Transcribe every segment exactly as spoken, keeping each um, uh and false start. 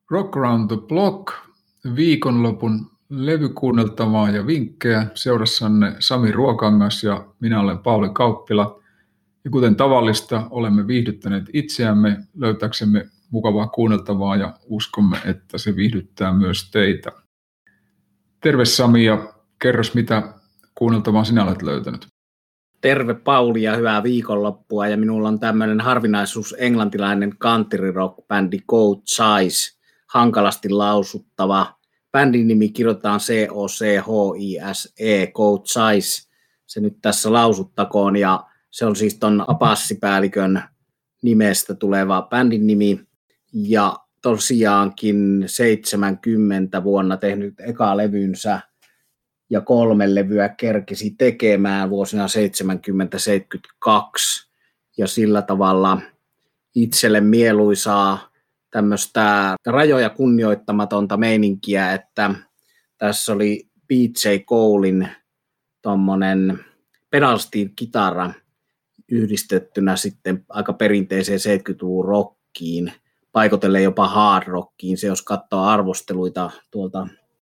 Rock Round the Block, viikonlopun levykuunneltavaa ja vinkkejä. Seurassanne Sami Ruokangas ja minä olen Pauli Kauppila. Ja kuten tavallista, olemme viihdyttäneet itseämme löytääksemme mukavaa kuunneltavaa ja uskomme, että se viihdyttää myös teitä. Terve Sami ja kerros, mitä kuunneltavaa sinä olet löytänyt. Terve Pauli ja hyvää viikonloppua, ja minulla on tämmöinen harvinaisuus englantilainen country rock bändi Coach Size, hankalasti lausuttava. Bändin nimi kirjoitetaan C O C H I S E, Coach Size, se nyt tässä lausuttakoon, ja se on siis ton apassipäällikön nimestä tuleva bändin nimi, ja tosiaankin seitsemänkymmentä vuonna tehnyt eka levynsä, ja kolme levyä kerkesi tekemään vuosina seitsemänkymmentä seitsemänkymmentäkaksi, ja sillä tavalla itselle mieluisaa tämmöistä rajoja kunnioittamatonta meininkiä, että tässä oli B J Colen tommonen pedal steel kitara yhdistettynä sitten aika perinteiseen seitsemänkymmentäluvun rockiin, paikotellen jopa hard rockiin. Se jos katsoo arvosteluita tuolta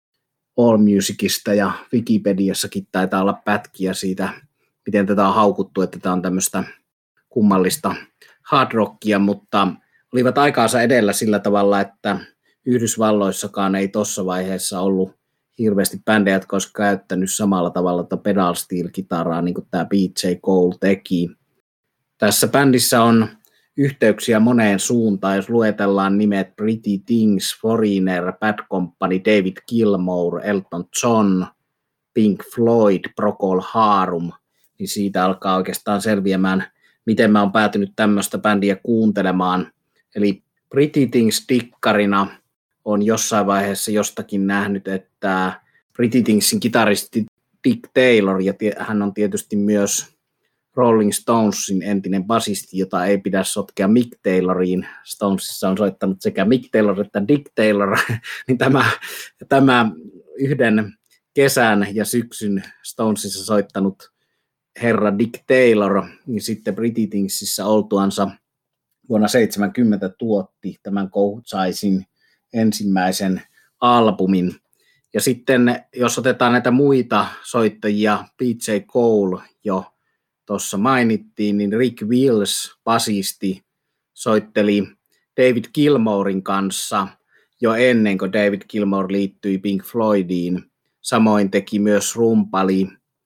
AllMusicista ja Wikipediassakin taitaa olla pätkiä siitä, miten tätä on haukuttu, että tämä on tämmöistä kummallista hard rockia, mutta olivat aikaansa edellä sillä tavalla, että Yhdysvalloissakaan ei tuossa vaiheessa ollut hirveästi bändejä, jotka olisi käyttänyt samalla tavalla tätä pedal steel kitaraa, niin kuin tämä B J Cole teki. Tässä bändissä on yhteyksiä moneen suuntaan, jos luetellaan nimet Pretty Things, Foreigner, Bad Company, David Gilmour, Elton John, Pink Floyd, Procol Harum, niin siitä alkaa oikeastaan selviämään, miten mä oon päätynyt tämmöistä bändiä kuuntelemaan. Eli Pretty Things-dikkarina on jossain vaiheessa jostakin nähnyt, että Pretty Thingsin kitaristi Dick Taylor, ja hän on tietysti myös Rolling Stonesin entinen basisti, jota ei pidä sotkea Mick Tayloriin. Stonesissa on soittanut sekä Mick Taylor että Dick Taylor, niin tämä, tämä yhden kesän ja syksyn Stonesissa soittanut herra Dick Taylor, niin sitten Pretty Thingsissä oltuansa vuonna seitsemänkymmentä tuotti tämän Coach Sizein ensimmäisen albumin. Ja sitten jos otetaan näitä muita soittajia, B J Cole jo tuossa mainittiin, niin Rick Wills, basisti, soitteli David Gilmourin kanssa jo ennen kuin David Gilmour liittyi Pink Floydiin. Samoin teki myös rumpali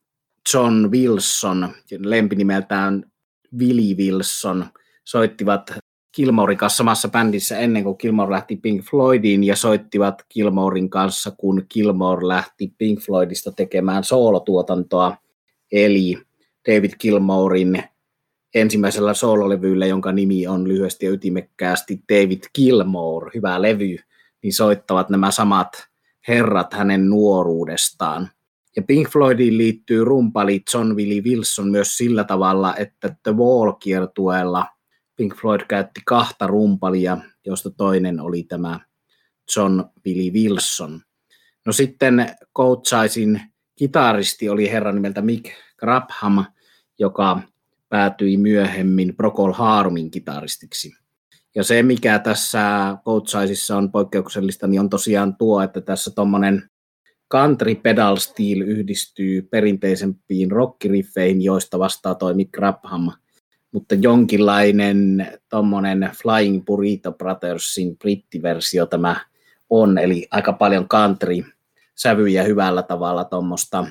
John Wilson, lempinimeltään Willie Wilson, soittivat Gilmourin kanssa samassa bändissä ennen kuin Gilmour lähti Pink Floydiin, ja soittivat Gilmourin kanssa, kun Gilmour lähti Pink Floydista tekemään soolotuotantoa, eli David Gilmourin ensimmäisellä soololevyllä, jonka nimi on lyhyesti ja ytimekkäästi David Gilmour, hyvä levy, niin soittavat nämä samat herrat hänen nuoruudestaan. Ja Pink Floydiin liittyy rumpali John Willie Wilson myös sillä tavalla, että The Wall-kiertueella Pink Floyd käytti kahta rumpalia, josta toinen oli tämä John Willie Wilson. No sitten Coach Sizein kitaristi oli herra nimeltä Mick Grabham, joka päätyi myöhemmin Procol Harumin kitaristiksi. Ja se, mikä tässä Coach Sizeissa on poikkeuksellista, niin on tosiaan tuo, että tässä tommonen country pedal steel yhdistyy perinteisempiin rockiriffeihin, joista vastaa toi Mick Grabham, mutta jonkinlainen tommonen Flying Burrito Brothersin brittiversio tämä on, eli aika paljon country-sävyjä hyvällä tavalla tuommoista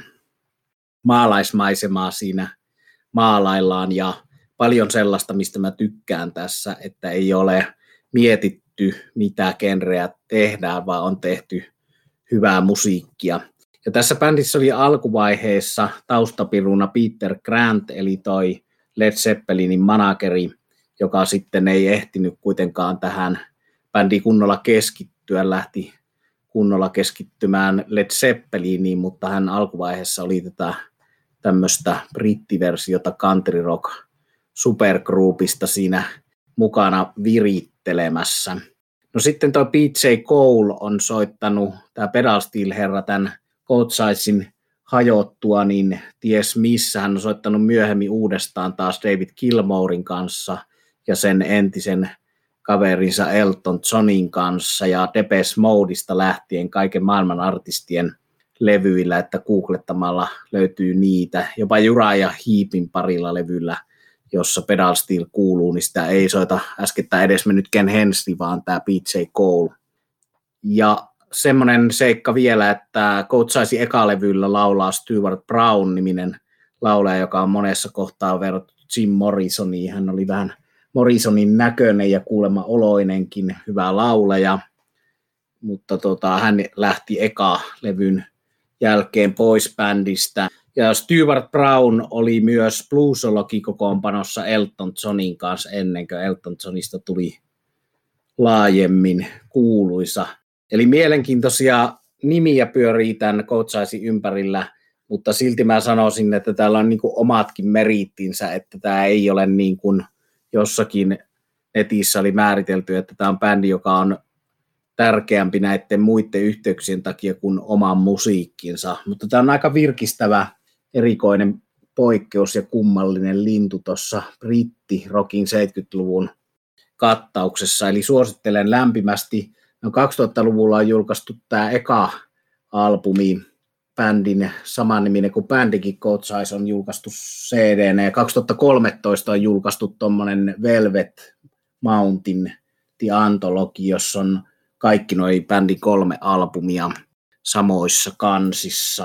maalaismaisemaa siinä maalaillaan, ja paljon sellaista, mistä mä tykkään tässä, että ei ole mietitty, mitä genreä tehdään, vaan on tehty hyvää musiikkia. Ja tässä bändissä oli alkuvaiheessa taustapiruna Peter Grant, eli toi Led Zeppelinin manageri, joka sitten ei ehtinyt kuitenkaan tähän bändiin kunnolla keskittyä, lähti kunnolla keskittymään Led Zeppeliniin, mutta hän alkuvaiheessa oli tätä tämmöistä brittiversiota country rock supergroupista siinä mukana virittelemässä. No sitten tuo B J Cole on soittanut, tämä pedal steel herra, tämän Coach Sizein hajottua, niin ties missä. Hän on soittanut myöhemmin uudestaan taas David Gilmourin kanssa ja sen entisen kaverinsa Elton Johnin kanssa ja Depeche Modeista lähtien kaiken maailman artistien levyillä, että googlettamalla löytyy niitä. Jopa Uriah Heepin parilla levyllä, jossa Pedal Steel kuuluu, niin sitä ei soita äskettäin edes mennyt Ken Hensley, vaan tämä B J Cole. Ja semmoinen seikka vielä, että Coach saisi eka-levyllä laulaa Stuart Brown-niminen laulaja, joka on monessa kohtaa verrattu Jim Morrisoniin. Hän oli vähän Morrisonin näköinen ja kuulemma oloinenkin hyvä laulaja, mutta tota, hän lähti eka-levyn jälkeen pois bändistä. Ja Stuart Brown oli myös bluesologi-kokoonpanossa Elton Johnin kanssa ennen kuin Elton Johnista tuli laajemmin kuuluisa. Eli mielenkiintoisia nimiä pyörii tämän Coachaisin ympärillä, mutta silti mä sanoisin, että täällä on niin kuin omatkin merittinsä, että tämä ei ole niin kuin jossakin netissä oli määritelty, että tämä on bändi, joka on tärkeämpi näiden muiden yhteyksien takia kuin oman musiikkinsa. Mutta tämä on aika virkistävä, erikoinen poikkeus ja kummallinen lintu tuossa britti-rockin seitsemänkymmentäluvun kattauksessa. Eli suosittelen lämpimästi. No kaksituhattaluvulla on julkaistu tämä eka albumi, bändin samanniminen kuin bändikin Coach Eyes on julkaistu C D:nä, ja kaksituhattakolmetoista on julkaistu tuommoinen Velvet Mountain The Anthology, jossa on kaikki nuo bändin kolme albumia samoissa kansissa.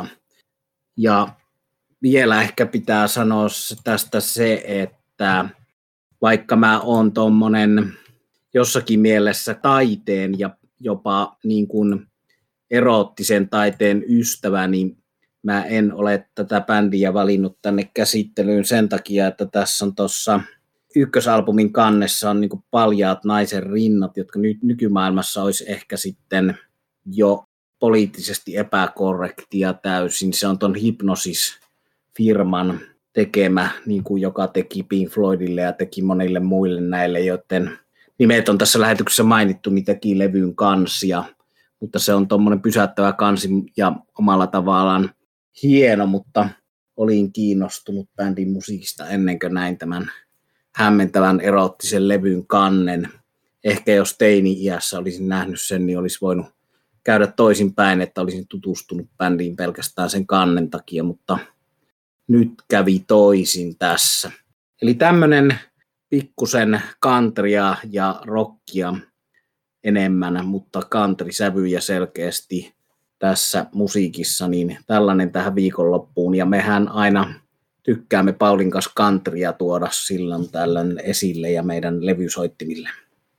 Ja vielä ehkä pitää sanoa tästä se, että vaikka mä oon tuommoinen jossakin mielessä taiteen ja jopa niin kuin eroottisen taiteen ystävä, niin mä en ole tätä bändiä valinnut tänne käsittelyyn sen takia, että tässä on tuossa ykkösalbumin kannessa on niin kuin paljaat naisen rinnat, jotka nyt nykymaailmassa olisi ehkä sitten jo poliittisesti epäkorrektia täysin. Se on ton Hypnosis-firman tekemä, niin kuin joka teki Pink Floydille ja teki monille muille näille, joten nimet on tässä lähetyksessä mainittu, niin teki levyn kansia. Mutta se on tuommoinen pysäyttävä kansi ja omalla tavallaan hieno, mutta olin kiinnostunut bändin musiikista ennen kuin näin tämän hämmentävän eroottisen levyn kannen. Ehkä jos teini-iässä olisin nähnyt sen, niin olisi voinut käydä toisinpäin, että olisin tutustunut bändiin pelkästään sen kannen takia, mutta nyt kävi toisin tässä. Eli tämmöinen pikkusen countrya ja rockia enemmän, mutta country-sävyjä selkeästi tässä musiikissa, niin tällainen tähän viikonloppuun. Ja mehän aina tykkäämme Paulin kanssa countrya tuoda silloin tällöin esille ja meidän levysoittimille.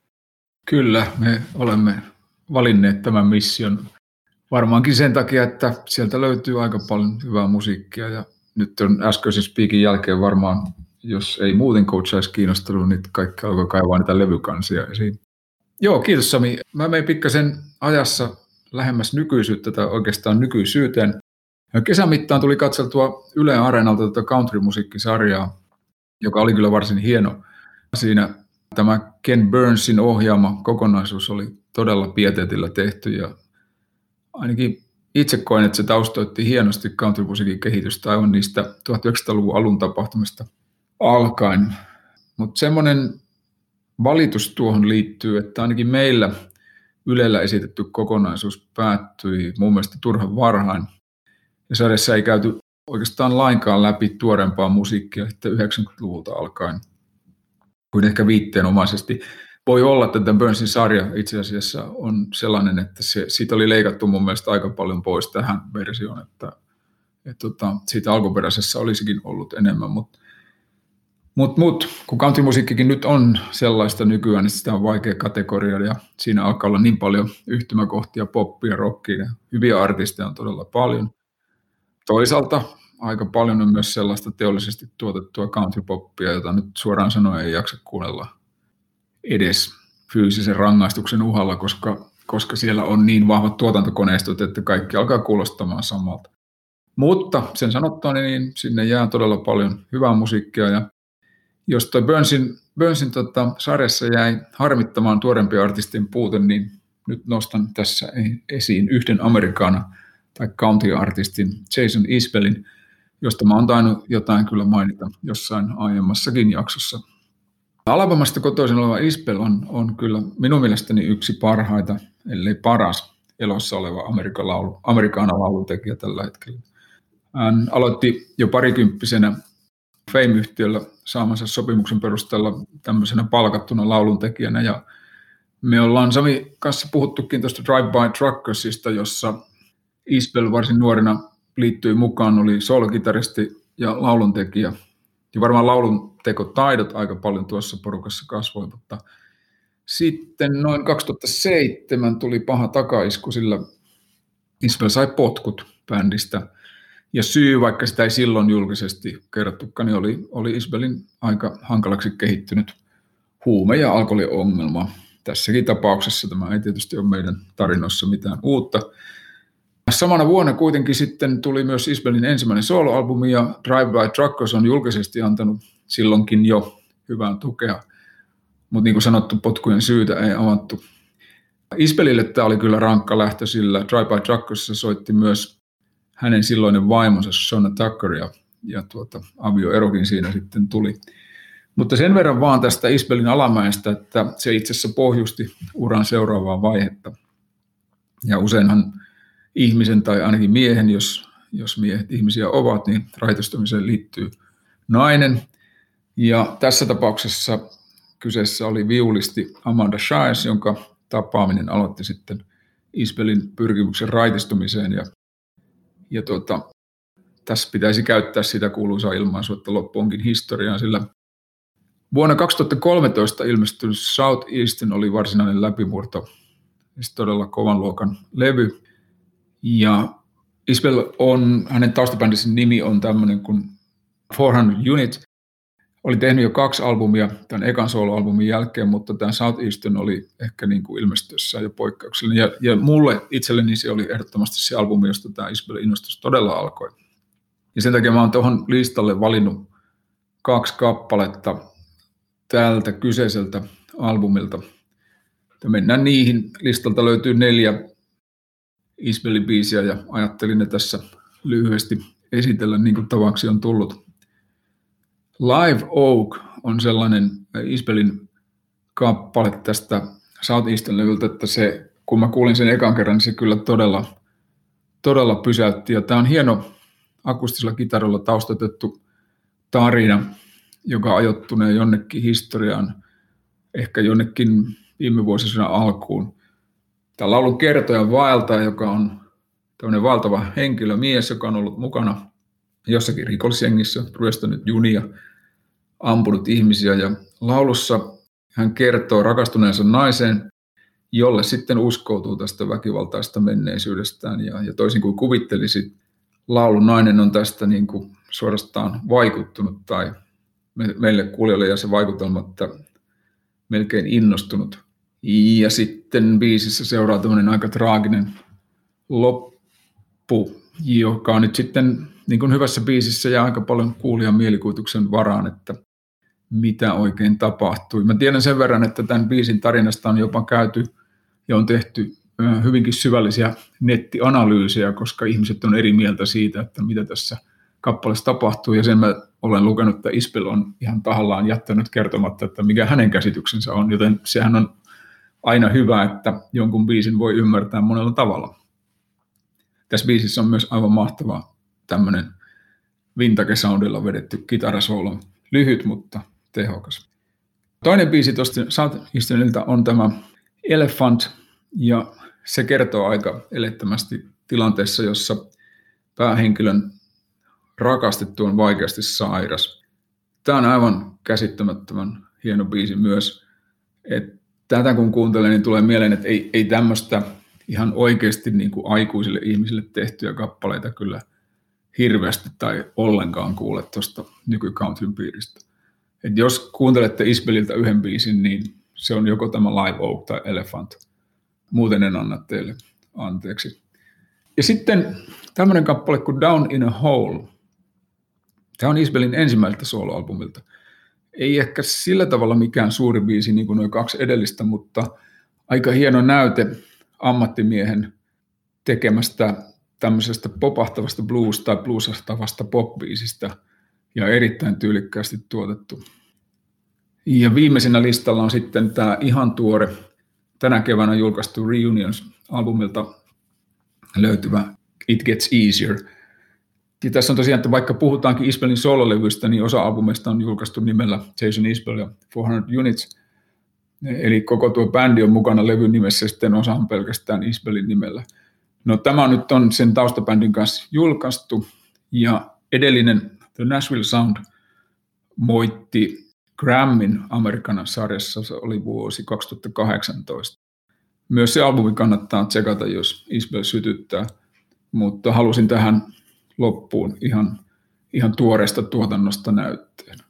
Kyllä, me olemme valinneet tämän mission varmaankin sen takia, että sieltä löytyy aika paljon hyvää musiikkia. Ja nyt on äskeisen speakin jälkeen varmaan, jos ei muuten Coach Eyes kiinnostunut, niin kaikki alkoi kaivaa niitä levykansia esiin. Joo, kiitos Sami. Mä menen pikkasen ajassa lähemmäs nykyisyyttä tai oikeastaan nykyisyyteen. Kesän mittaan tuli katseltua Yle Areenalta tätä country-musiikkisarjaa, joka oli kyllä varsin hieno. Siinä tämä Ken Burnsin ohjaama kokonaisuus oli todella pieteetillä tehty ja ainakin itse koen, että se taustoitti hienosti country-musiikin kehitystä aivan niistä tuhatyhdeksänsataaluvun alun tapahtumista alkaen. Mutta semmoinen valitus tuohon liittyy, että ainakin meillä Ylellä esitetty kokonaisuus päättyi mun mielestä turhan varhain. Ja sarjassa ei käyty oikeastaan lainkaan läpi tuorempaa musiikkia sitten yhdeksänkymmentäluvulta alkaen, kuin ehkä viitteenomaisesti. Voi olla, että tämän Burnsin sarja itse asiassa on sellainen, että se, siitä oli leikattu mun mielestä aika paljon pois tähän versioon, että, että tota, siitä alkuperäisessä olisikin ollut enemmän, mutta Mutta mut, kun countrymusiikkikin nyt on sellaista nykyään, niin sitä on vaikea kategoriaa ja siinä alkaa olla niin paljon yhtymäkohtia poppia, rockia ja hyviä artisteja on todella paljon. Toisaalta aika paljon on myös sellaista teollisesti tuotettua countrypoppia, jota nyt suoraan sanoen ei jaksa kuunnella edes fyysisen rangaistuksen uhalla, koska, koska siellä on niin vahvat tuotantokoneistot, että kaikki alkaa kuulostamaan samalta. Mutta sen sanottua, niin sinne jää todella paljon hyvää musiikkia ja jos tuo Burnsin, Burnsin tota, sarjassa jäi harmittamaan tuorempia artistien puute, niin nyt nostan tässä esiin yhden Americana tai country-artistin Jason Isbellin, josta mä oon tainnut jotain kyllä mainita jossain aiemmassakin jaksossa. Alabamasta kotoisin oleva Isbell on, on kyllä minun mielestäni yksi parhaita, ellei paras elossa oleva Amerikan laulu, amerikaana lauluntekijä tällä hetkellä. Hän aloitti jo parikymppisenä Fame-yhtiöllä saamansa sopimuksen perusteella tämmöisenä palkattuna lauluntekijänä. Ja me ollaan Sami kanssa puhuttukin tuosta Drive By Truckersista, jossa Isbell varsin nuorena liittyi mukaan, oli soolokitaristi ja lauluntekijä. Ja varmaan lauluntekotaidot aika paljon tuossa porukassa kasvoi, mutta sitten noin kaksituhattaseitsemän tuli paha takaisku, sillä Isbell sai potkut bändistä. Ja syy, vaikka sitä ei silloin julkisesti kerrottukaan, niin oli, oli Isbellin aika hankalaksi kehittynyt huume- ja alkoholiongelma. Tässäkin tapauksessa tämä ei tietysti ole meidän tarinoissa mitään uutta. Samana vuonna kuitenkin sitten tuli myös Isbellin ensimmäinen soloalbumi, ja Drive By Truckers on julkisesti antanut silloinkin jo hyvää tukea. Mutta niin kuin sanottu, potkujen syytä ei avattu. Isbellille tämä oli kyllä rankka lähtö, sillä Drive By Truckersissa soitti myös hänen silloinen vaimonsa Shona Tucker, ja, ja tuota, avioerokin siinä sitten tuli. Mutta sen verran vaan tästä Isbellin alamäestä, että se itse asiassa pohjusti uran seuraavaa vaihetta. Ja useinhan ihmisen tai ainakin miehen, jos, jos miehet ihmisiä ovat, niin raitostumiseen liittyy nainen. Ja tässä tapauksessa kyseessä oli viulisti Amanda Shires, jonka tapaaminen aloitti sitten Isbellin pyrkimyksen raitistumiseen. Ja, ja tuota, tässä pitäisi käyttää sitä kuuluisaa ilmaisua, että loppu onkin historiaan, sillä vuonna kaksituhattakolmetoista ilmestynyt Southeastern oli varsinainen läpimurto, siis todella kovan luokan levy. Ja Isbell on, hänen taustabändinsä nimi on tämmöinen kuin neljäsataa Unit. Oli tehnyt jo kaksi albumia tämän ekan soloalbumin jälkeen, mutta tämä Southeastern oli ehkä niin kuin ilmestyessään jo poikkeuksellinen. Ja, ja mulle itselleni se oli ehdottomasti se albumi, josta tämä Isbellin innostus todella alkoi. Ja sen takia mä oon tuohon listalle valinnut kaksi kappaletta tältä kyseiseltä albumilta. Ja mennään niihin. Listalta löytyy neljä Isbellin biisiä ja ajattelin ne tässä lyhyesti esitellä, niin kuin tavaksi on tullut. Live Oak on sellainen Isbellin kappale tästä Southeastern-levyltä, että se, kun mä kuulin sen ekan kerran, niin se kyllä todella, todella pysäytti. Ja tämä on hieno akustisella kitaralla taustatettu tarina, joka ajoittunee jonnekin historiaan, ehkä jonnekin viime vuosisadan alkuun. Tämä laulun kertoja vaeltaja, joka on tämmöinen valtava henkilö, mies, joka on ollut mukana jossakin rikollisjengissä, ryöstänyt junia, ampunut ihmisiä. Ja laulussa hän kertoo rakastuneensa naiseen, jolle sitten uskoutuu tästä väkivaltaista menneisyydestään. Ja, ja toisin kuin kuvittelisi, laulun nainen on tästä niin kuin suorastaan vaikuttunut tai me, meille kuulijoille ja se vaikutelma, että melkein innostunut. Ja sitten biisissä seuraa tämmöinen aika traaginen loppu, joka on nyt sitten niin kuin hyvässä biisissä ja aika paljon kuulijan mielikuvituksen varaan, että mitä oikein tapahtui. Mä tiedän sen verran, että tämän biisin tarinasta on jopa käyty ja on tehty hyvinkin syvällisiä nettianalyysejä, koska ihmiset on eri mieltä siitä, että mitä tässä kappaleessa tapahtuu. Ja sen mä olen lukenut, että Isbell on ihan tahallaan jättänyt kertomatta, että mikä hänen käsityksensä on, joten sehän on aina hyvä, että jonkun biisin voi ymmärtää monella tavalla. Tässä biisissä on myös aivan mahtava tämmöinen vintage-soundilla vedetty kitarasoolo. Lyhyt, mutta tehokas. Toinen biisi tuosta Southeasternilta on tämä Elephant, ja se kertoo aika elettömästi tilanteessa, jossa päähenkilön rakastettu on vaikeasti sairas. Tämä on aivan käsittämättömän hieno biisi myös. Et tätä kun kuuntelee, niin tulee mieleen, että ei, ei tämmöistä ihan oikeasti niin kuin aikuisille ihmisille tehtyjä kappaleita kyllä hirveästi tai ollenkaan kuule tuosta nykycountryn piiristä. Et jos kuuntelette Isbelliltä yhden biisin, niin se on joko tämä Live Oak tai Elephant. Muuten en anna teille anteeksi. Ja sitten tämmöinen kappale kuin Down in a Hole. Tämä on Isbellin ensimmäiseltä soloalbumilta. Ei ehkä sillä tavalla mikään suuri biisi niin kuin nuo kaksi edellistä, mutta aika hieno näyte ammattimiehen tekemästä tämmöisestä popahtavasta blues- tai bluesahtavasta pop-biisistä ja erittäin tyylikkäästi tuotettu. Ja viimeisenä listalla on sitten tämä ihan tuore, tänä keväänä julkaistu Reunions-albumilta löytyvä It Gets Easier. Ja tässä on tosiaan, että vaikka puhutaankin Isbellin soololevyistä, niin osa albumista on julkaistu nimellä Jason Isbell ja neljäsataa Units. Eli koko tuo bändi on mukana levyn nimessä ja sitten osa on pelkästään Isbellin nimellä. No tämä nyt on sen taustabändin kanssa julkaistu ja edellinen The Nashville Sound moitti Grammin Americana-sarjassa, se oli vuosi kaksituhattakahdeksantoista. Myös se albumi kannattaa tsekata, jos Isbell sytyttää, mutta halusin tähän loppuun ihan, ihan tuoreesta tuotannosta näytteen.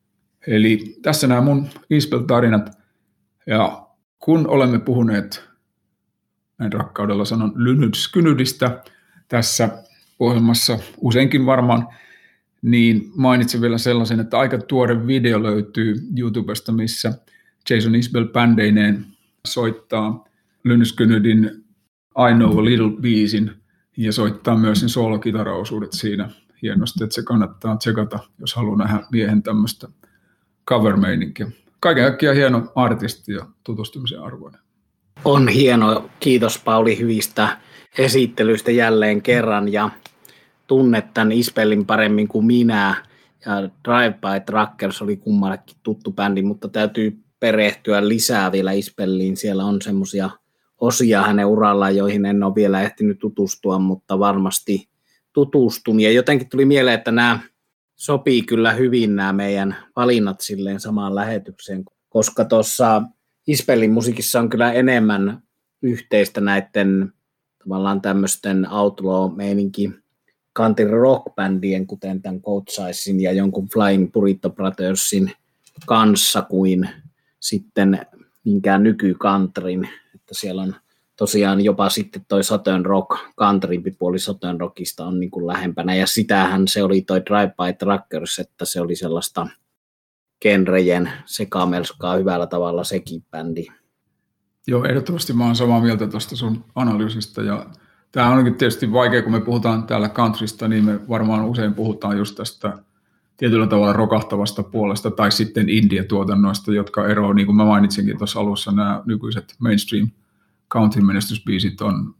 Eli tässä nämä mun Isbell-tarinat, ja kun olemme puhuneet, näin rakkaudella sanon, Lynyrd Skynyristä tässä ohjelmassa useinkin varmaan, niin mainitsin vielä sellaisen, että aika tuore video löytyy YouTubesta, missä Jason Isbell bändeineen soittaa Lynyrd Skynyrdin I Know a Little biisin ja soittaa myös sen soolokitaraosuudet siinä hienosti, että se kannattaa tsekata, jos haluaa nähdä miehen tämmöistä cover-meininkiä. Kaiken kaikkiaan hieno artisti ja tutustumisen arvoinen. On hieno. Kiitos Pauli hyvistä esittelyistä jälleen kerran ja tunnet tämän Isbellin paremmin kuin minä. Ja Drive by Truckers oli kummallekin tuttu bändi, mutta täytyy perehtyä lisää vielä Isbelliin. Siellä on semmoisia osia hänen urallaan, joihin en ole vielä ehtinyt tutustua, mutta varmasti tutustun. Ja jotenkin tuli mieleen, että nämä sopii kyllä hyvin nämä meidän valinnat silleen samaan lähetykseen, koska tuossa Isbellin musiikissa on kyllä enemmän yhteistä näiden tavallaan tämmöisten outlaw-meininki country rock-bändien, kuten tämän Coach Sizein ja jonkun Flying Burrito Brothersin kanssa kuin sitten minkään nyky-countryn, että siellä on tosiaan jopa sitten toi Southern Rock, countrympi puoli Southern Rockista on niin kuin lähempänä, ja sitähän se oli toi Drive by Truckers, että se oli sellaista genrejen sekamelskaa hyvällä tavalla sekin bändi. Joo, ehdottomasti mä oon samaa mieltä tuosta sun analyysistä, ja tämä onkin tietysti vaikea, kun me puhutaan täällä countrysta, niin me varmaan usein puhutaan just tästä tietyllä tavalla rokahtavasta puolesta tai sitten indie-tuotannoista, jotka eroavat, niin kuin mä mainitsinkin tuossa alussa, nämä nykyiset mainstream country-menestysbiisit on,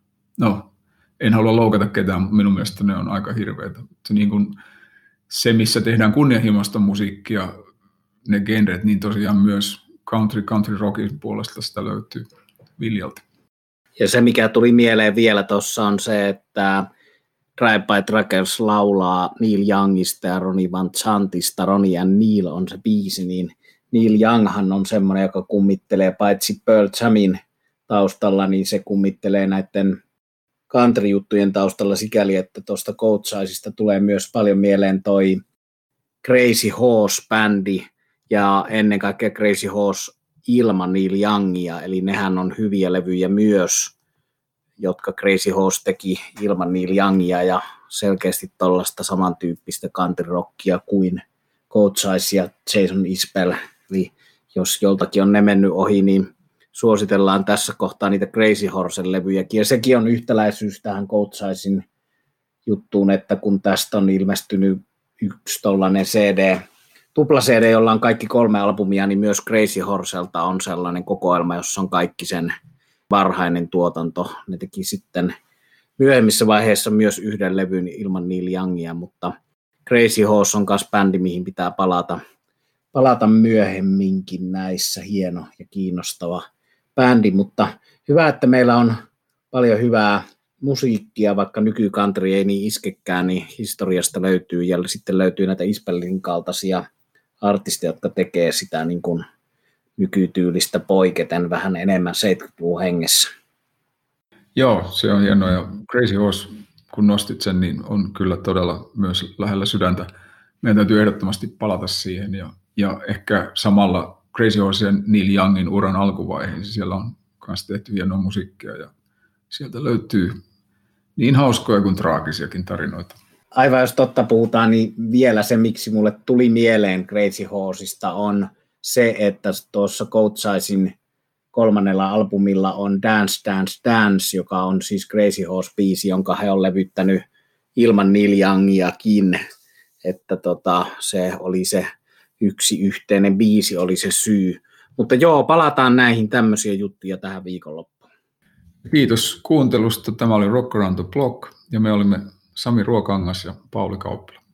no en halua loukata ketään, mutta minun mielestä ne on aika hirveitä. Se, niin kuin, se missä tehdään kunnianhimoista musiikkia, ne genret, niin tosiaan myös country, country rockin puolesta sitä löytyy viljalti. Ja se, mikä tuli mieleen vielä tuossa, on se, että Drive by Truckers laulaa Neil Youngista ja Ronnie Van Zantista. Ronnie and Neil on se biisi, niin Neil Younghan on semmoinen, joka kummittelee paitsi Pearl Jamin taustalla, niin se kummittelee näiden country-juttujen taustalla sikäli, että tuosta Coach Sizeista tulee myös paljon mieleen toi Crazy Horse-bändi ja ennen kaikkea Crazy Horse ilman Neil Youngia, eli nehän on hyviä levyjä myös, jotka Crazy Horse teki ilman Neil Youngia ja selkeästi tuollaista samantyyppistä country-rockia kuin Coach Size ja Jason Isbell. Eli jos joltakin on ne mennyt ohi, niin suositellaan tässä kohtaa niitä Crazy Horsen levyjäkin. Ja sekin on yhtäläisyys tähän Coach Sizein juttuun, että kun tästä on ilmestynyt yksi tollainen C D, tupla C D, jolla on kaikki kolme albumia, niin myös Crazy Horselta on sellainen kokoelma, jossa on kaikki sen varhainen tuotanto. Ne teki sitten myöhemmissä vaiheissa myös yhden levyn ilman Neil Youngia, mutta Crazy Horse on myös bändi, mihin pitää palata, palata myöhemminkin näissä. Hieno ja kiinnostava bändi, mutta hyvä, että meillä on paljon hyvää musiikkia, vaikka nykykantri ei niin iskekään, niin historiasta löytyy ja sitten löytyy näitä Isbellin kaltaisia artisteja, jotka tekee sitä niin kuin nykytyylistä poiketen vähän enemmän seitsemänkymmentäluvun hengessä. Joo, se on hienoa ja Crazy Horse, kun nostit sen, niin on kyllä todella myös lähellä sydäntä. Meidän täytyy ehdottomasti palata siihen ja, ja ehkä samalla Crazy Horsen Neil Youngin uran alkuvaiheessa siellä on myös tehty hienoa musiikkia ja sieltä löytyy niin hauskoja kuin traagisiakin tarinoita. Aivan, jos totta puhutaan, niin vielä se, miksi mulle tuli mieleen Crazy Horsesta, on se, että tuossa Coach Sizein kolmannella albumilla on Dance, Dance, Dance, joka on siis Crazy Horse-biisi, jonka he on levyttänyt ilman Neil Youngiakin, että tota, se oli se yksi yhteinen biisi oli se syy. Mutta joo, palataan näihin tämmöisiä juttuja tähän viikonloppuun. Kiitos kuuntelusta. Tämä oli Rock Around the Block ja me olimme Sami Ruokangas ja Pauli Kauppila.